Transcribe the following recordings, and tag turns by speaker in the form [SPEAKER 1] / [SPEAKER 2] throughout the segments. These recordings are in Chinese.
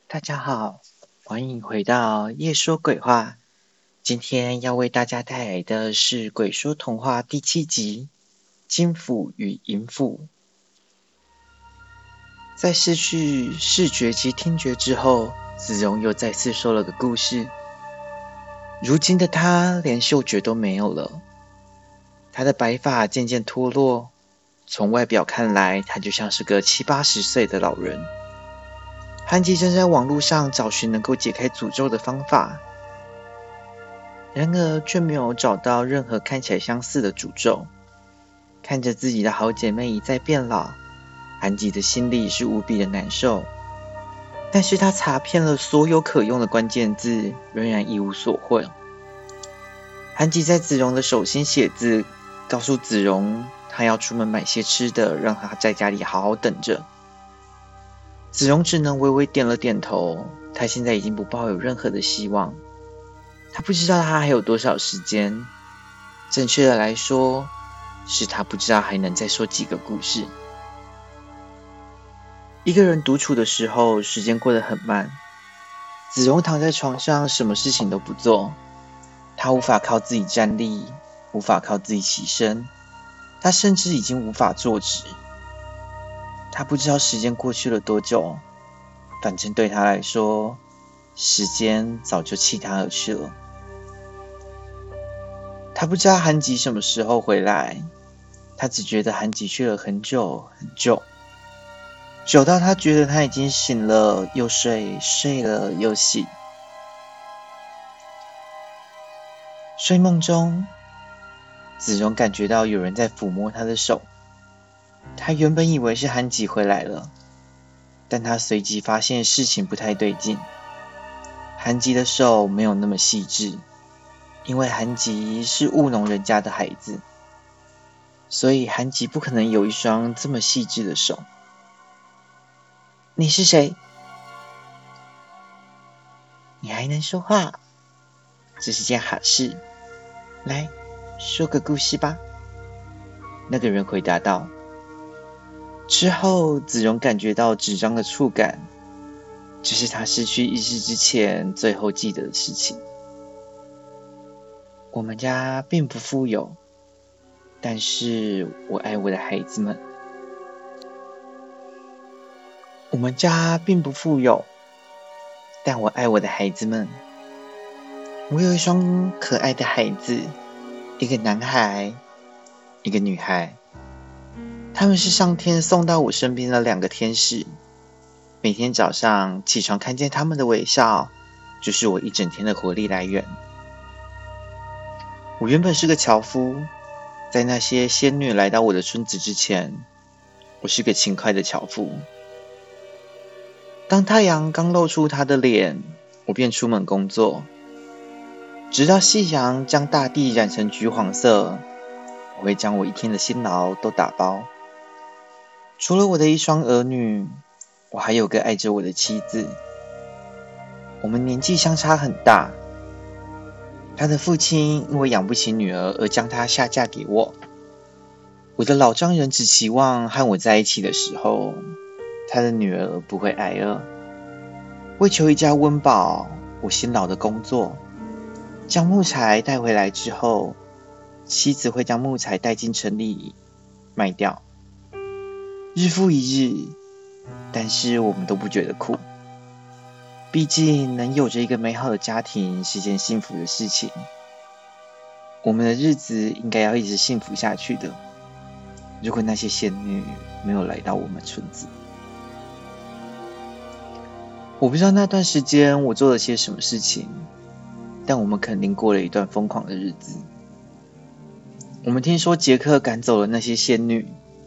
[SPEAKER 1] 大家好，欢迎回到夜说鬼话。今天要为大家带来的是《鬼说童话》第7集《金斧与银斧》。在失去视觉及听觉之后，子荣又再次说了个故事。如今的他连嗅觉都没有了，他的白发渐渐脱落，从外表看来，他就像是个70、80岁的老人。韩吉正在网络上找寻能够解开诅咒的方法，然而却没有找到任何看起来相似的诅咒。看着自己的好姐妹一再变老，韩吉的心里是无比的难受。但是他查遍了所有可用的关键字，仍然一无所获。韩吉在子荣的手心写字，告诉子荣他要出门买些吃的，让他在家里好好等着。子荣只能微微点了点头，他现在已经不抱有任何的希望。他不知道他还有多少时间，正确的来说，是他不知道还能再说几个故事。一个人独处的时候，时间过得很慢。子荣躺在床上，什么事情都不做。他无法靠自己站立，无法靠自己起身，他甚至已经无法坐直。他不知道时间过去了多久，反正对他来说，时间早就弃他而去了。他不知道韩吉什么时候回来，他只觉得韩吉去了很久很久，久到他觉得他已经醒了又睡，睡了又醒。睡梦中，子荣感觉到有人在抚摸他的手，他原本以为是韩吉回来了，但他随即发现事情不太对劲。韩吉的手没有那么细致，因为韩吉是务农人家的孩子，所以韩吉不可能有一双这么细致的手。你是谁？你还能说话，这是件好事。来，说个故事吧。那个人回答道。之后，子荣感觉到纸张的触感，这是他失去意识之前最后记得的事情。我们家并不富有，但是我爱我的孩子们。我们家并不富有，但我爱我的孩子们。我有一双可爱的孩子，一个男孩，一个女孩。他们是上天送到我身边的2个天使。每天早上起床看见他们的微笑，就是我一整天的活力来源。我原本是个樵夫，在那些仙女来到我的村子之前，我是个勤快的樵夫。当太阳刚露出他的脸，我便出门工作，直到夕阳将大地染成橘黄色，我会将我一天的辛劳都打包。除了我的一双儿女，我还有个爱着我的妻子。我们年纪相差很大，她的父亲因为养不起女儿而将她下嫁给我。我的老丈人只期望和我在一起的时候，他的女儿不会挨饿。为求一家温饱，我辛劳的工作，将木材带回来之后，妻子会将木材带进城里卖掉。日复一日，但是我们都不觉得苦。毕竟能有着一个美好的家庭是件幸福的事情，我们的日子应该要一直幸福下去的。如果那些仙女没有来到我们村子，我不知道那段时间我做了些什么事情，但我们肯定过了一段疯狂的日子。我们听说杰克赶走了那些仙女。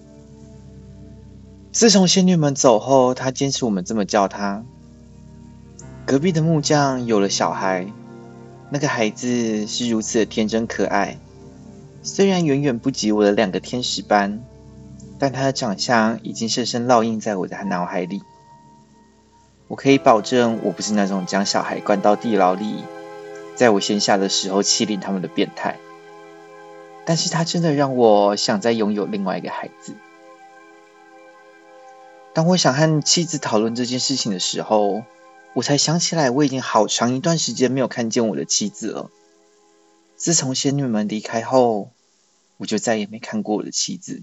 [SPEAKER 1] 自从仙女们走后，他坚持我们这么叫他。隔壁的木匠有了小孩，那个孩子是如此的天真可爱，虽然远远不及我的2个天使般，但他的长相已经深深烙印在我的脑海里。我可以保证，我不是那种将小孩关到地牢里，在我闲暇的时候欺凌他们的变态，但是他真的让我想再拥有另外一个孩子。当我想和妻子讨论这件事情的时候， 我才想起来，我已经好长一段时间没有看见我的妻子了。自从仙女们离开后，我就再也没看过我的妻子。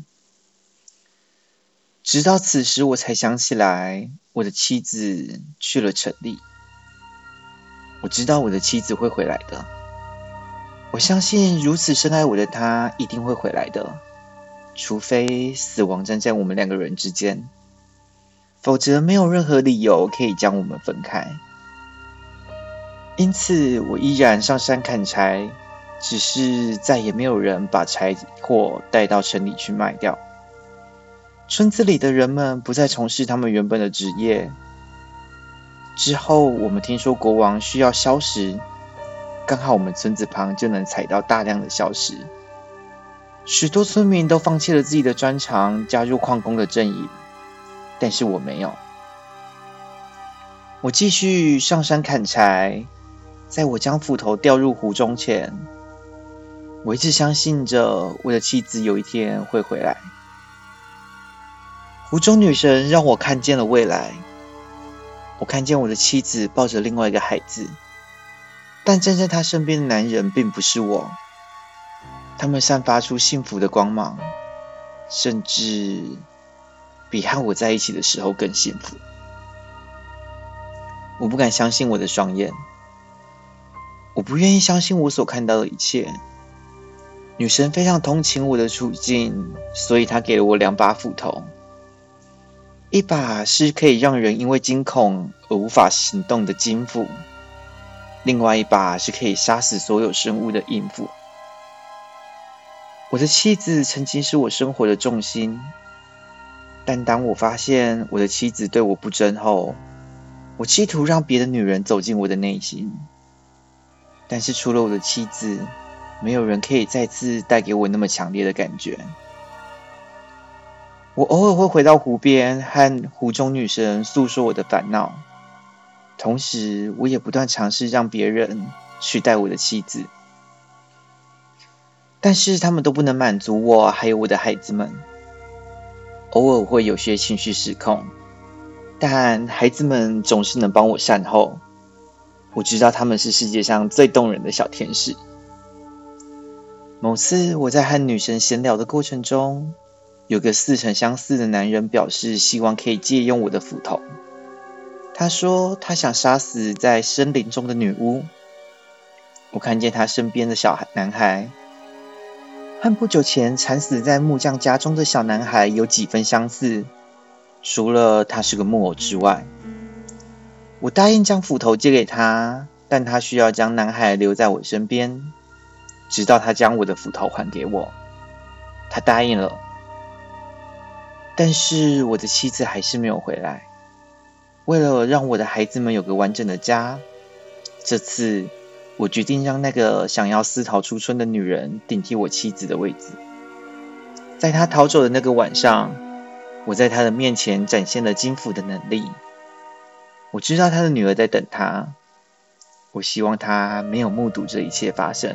[SPEAKER 1] 直到此时，我才想起来，我的妻子去了城里。我知道我的妻子会回来的。我相信如此深爱我的她一定会回来的，除非死亡站在我们两个人之间，否则没有任何理由可以将我们分开。因此，我依然上山砍柴，只是再也没有人把柴火带到城里去卖掉。村子里的人们不再从事他们原本的职业。之后，我们听说国王需要硝石，刚好我们村子旁就能采到大量的硝石。许多村民都放弃了自己的专长，加入矿工的阵营，但是我没有。我继续上山砍柴，在我将斧头掉入湖中前，我一直相信着我的妻子有一天会回来。湖中女神让我看见了未来，我看见我的妻子抱着另外一个孩子，但站在她身边的男人并不是我，他们散发出幸福的光芒，甚至比和我在一起的时候更幸福。我不敢相信我的双眼，我不愿意相信我所看到的一切。女神非常同情我的处境，所以她给了我2把斧头，一把是可以让人因为惊恐而无法行动的金斧，另外一把是可以杀死所有生物的银斧。我的妻子曾经是我生活的重心，但当我发现我的妻子对我不真后，我企图让别的女人走进我的内心，但是除了我的妻子，没有人可以再次带给我那么强烈的感觉。我偶尔会回到湖边，和湖中女神诉说我的烦恼，同时我也不断尝试让别人取代我的妻子，但是他们都不能满足我还有我的孩子们。偶尔会有些情绪失控，但孩子们总是能帮我善后。我知道他们是世界上最动人的小天使。某次我在和女神闲聊的过程中，有个似曾相识的男人表示希望可以借用我的斧头。他说他想杀死在森林中的女巫。我看见他身边的小男孩和不久前惨死在木匠家中的小男孩有几分相似，除了他是个木偶之外。我答应将斧头借给他，但他需要将男孩留在我身边，直到他将我的斧头还给我。他答应了，但是我的妻子还是没有回来。为了让我的孩子们有个完整的家，这次我决定让那个想要私逃出村的女人顶替我妻子的位置。在她逃走的那个晚上，我在她的面前展现了金斧的能力。我知道她的女儿在等她，我希望她没有目睹这一切发生。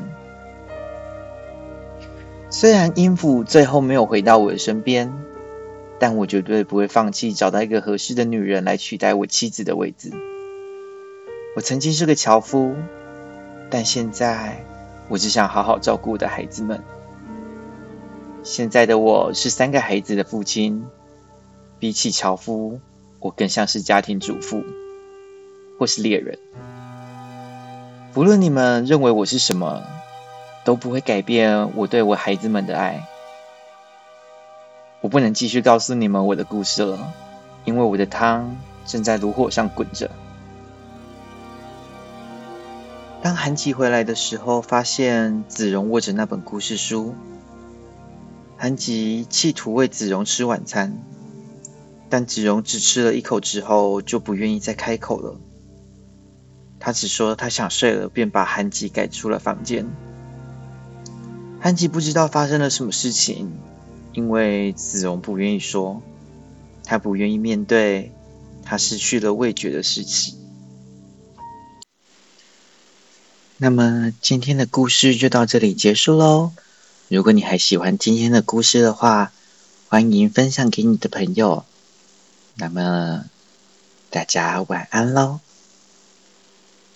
[SPEAKER 1] 虽然阴斧最后没有回到我的身边，但我绝对不会放弃找到一个合适的女人来取代我妻子的位置。我曾经是个樵夫，但现在我只想好好照顾我的孩子们。现在的我是3个孩子的父亲，比起樵夫，我更像是家庭主妇或是猎人。不论你们认为我是什么，都不会改变我对我孩子们的爱。我不能继续告诉你们我的故事了，因为我的汤正在炉火上滚着。当韩吉回来的时候，发现子荣握着那本故事书。韩吉企图喂子荣吃晚餐，但子荣只吃了1口之后就不愿意再开口了。他只说他想睡了，便把韩吉赶出了房间。韩吉不知道发生了什么事情，因为子荣不愿意说，他不愿意面对他失去了味觉的事情。那么今天的故事就到这里结束咯。如果你还喜欢今天的故事的话，欢迎分享给你的朋友。那么大家晚安咯。